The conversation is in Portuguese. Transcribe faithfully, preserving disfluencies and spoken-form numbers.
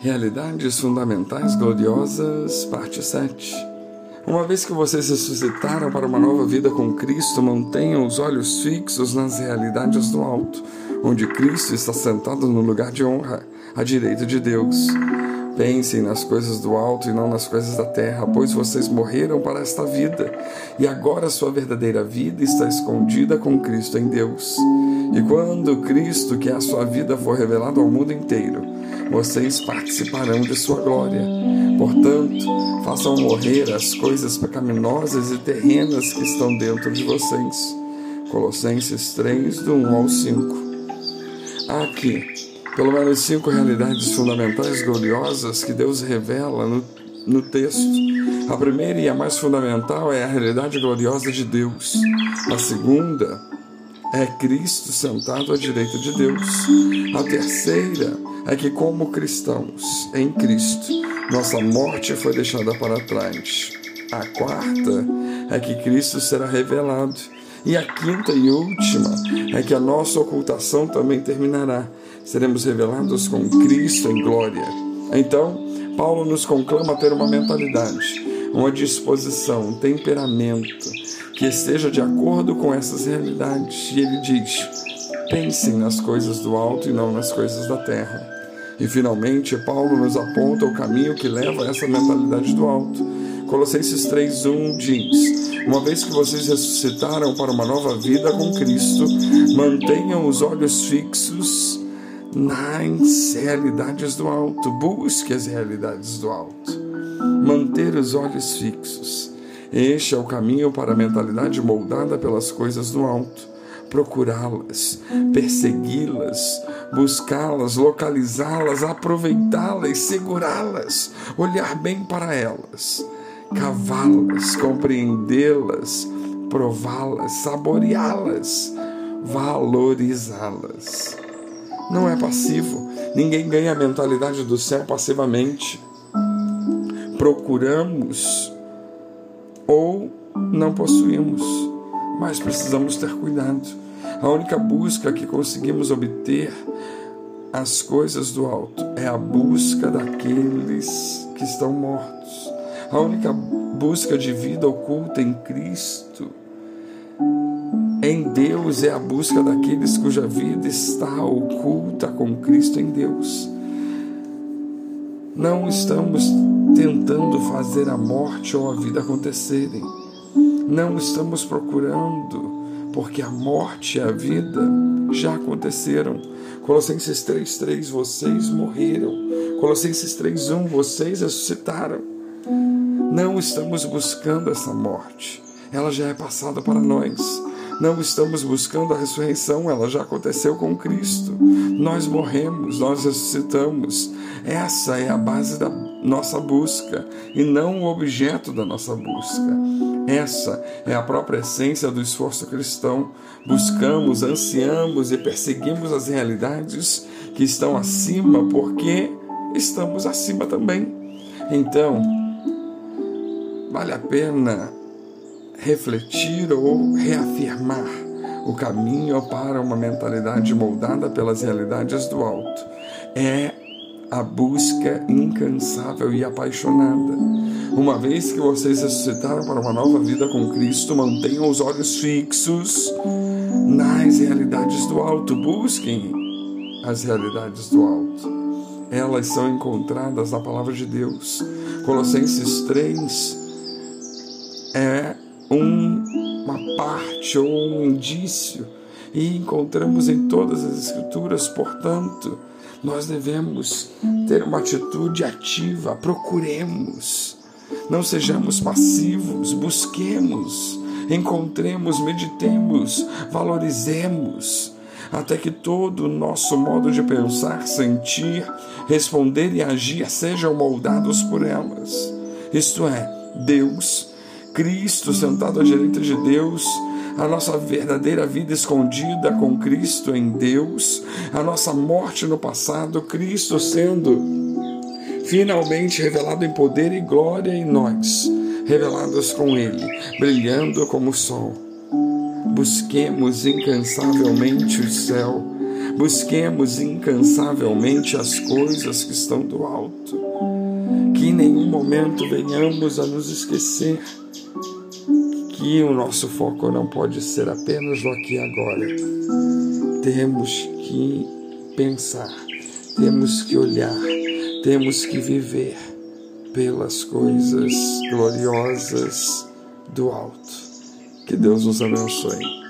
Realidades Fundamentais Gloriosas, parte sete. Uma vez que vocês ressuscitaram para uma nova vida com Cristo, mantenham os olhos fixos nas realidades do alto, onde Cristo está sentado no lugar de honra, à direita de Deus. Pensem nas coisas do alto e não nas coisas da terra, pois vocês morreram para esta vida, e agora sua verdadeira vida está escondida com Cristo em Deus. E quando Cristo, que é a sua vida, for revelado ao mundo inteiro, vocês participarão de sua glória. Portanto, façam morrer as coisas pecaminosas e terrenas que estão dentro de vocês. Colossenses três, do um ao cinco. Há aqui pelo menos cinco realidades fundamentais gloriosas que Deus revela no, no texto. A primeira e a mais fundamental é a realidade gloriosa de Deus. A segunda é Cristo sentado à direita de Deus. A terceira é que, como cristãos em Cristo, nossa morte foi deixada para trás. A quarta é que Cristo será revelado. E a quinta e última é que a nossa ocultação também terminará. Seremos revelados com Cristo em glória. Então, Paulo nos conclama a ter uma mentalidade, uma disposição, um temperamento que esteja de acordo com essas realidades. E ele diz: pensem nas coisas do alto e não nas coisas da terra. E finalmente, Paulo nos aponta o caminho que leva a essa mentalidade do alto. Colossenses três, um diz: uma vez que vocês ressuscitaram para uma nova vida com Cristo, mantenham os olhos fixos nas realidades do alto. Busque as realidades do alto. Manter os olhos fixos. Este é o caminho para a mentalidade moldada pelas coisas do alto. Procurá-las, persegui-las, buscá-las, localizá-las, aproveitá-las, segurá-las, olhar bem para elas, cavá-las, compreendê-las, prová-las, saboreá-las, valorizá-las. Não é passivo. Ninguém ganha a mentalidade do céu passivamente. Procuramos ou não possuímos, mas precisamos ter cuidado. A única busca que conseguimos obter as coisas do alto é a busca daqueles que estão mortos. A única busca de vida oculta em Cristo, em Deus, é a busca daqueles cuja vida está oculta com Cristo em Deus. Não estamos tentando fazer a morte ou a vida acontecerem. Não estamos procurando, porque a morte e a vida já aconteceram. Colossenses três, três, vocês morreram. Colossenses três, um, vocês ressuscitaram. Não estamos buscando essa morte. Ela já é passada para nós. Não estamos buscando a ressurreição, ela já aconteceu com Cristo. Nós morremos, nós ressuscitamos. Essa é a base da nossa busca e não o objeto da nossa busca. Essa é a própria essência do esforço cristão. Buscamos, ansiamos e perseguimos as realidades que estão acima, porque estamos acima também. Então, vale a pena refletir ou reafirmar o caminho para uma mentalidade moldada pelas realidades do alto. É a busca incansável e apaixonada. Uma vez que vocês ressuscitaram para uma nova vida com Cristo, mantenham os olhos fixos nas realidades do alto. Busquem as realidades do alto. Elas são encontradas na palavra de Deus. Colossenses três é um, uma parte ou um indício, e encontramos em todas as Escrituras. Portanto, nós devemos ter uma atitude ativa. Procuremos, não sejamos passivos, busquemos, encontremos, meditemos, valorizemos, até que todo o nosso modo de pensar, sentir, responder e agir sejam moldados por elas. Isto é, Deus, Cristo sentado à direita de Deus, a nossa verdadeira vida escondida com Cristo em Deus, a nossa morte no passado, Cristo sendo finalmente revelado em poder e glória em nós, revelados com Ele, brilhando como o sol. Busquemos incansavelmente o céu, Busquemos incansavelmente as coisas que estão do alto. Que em nenhum momento venhamos a nos esquecer que o nosso foco não pode ser apenas o aqui e agora. Temos que pensar, temos que olhar, temos que viver pelas coisas gloriosas do alto. Que Deus nos abençoe.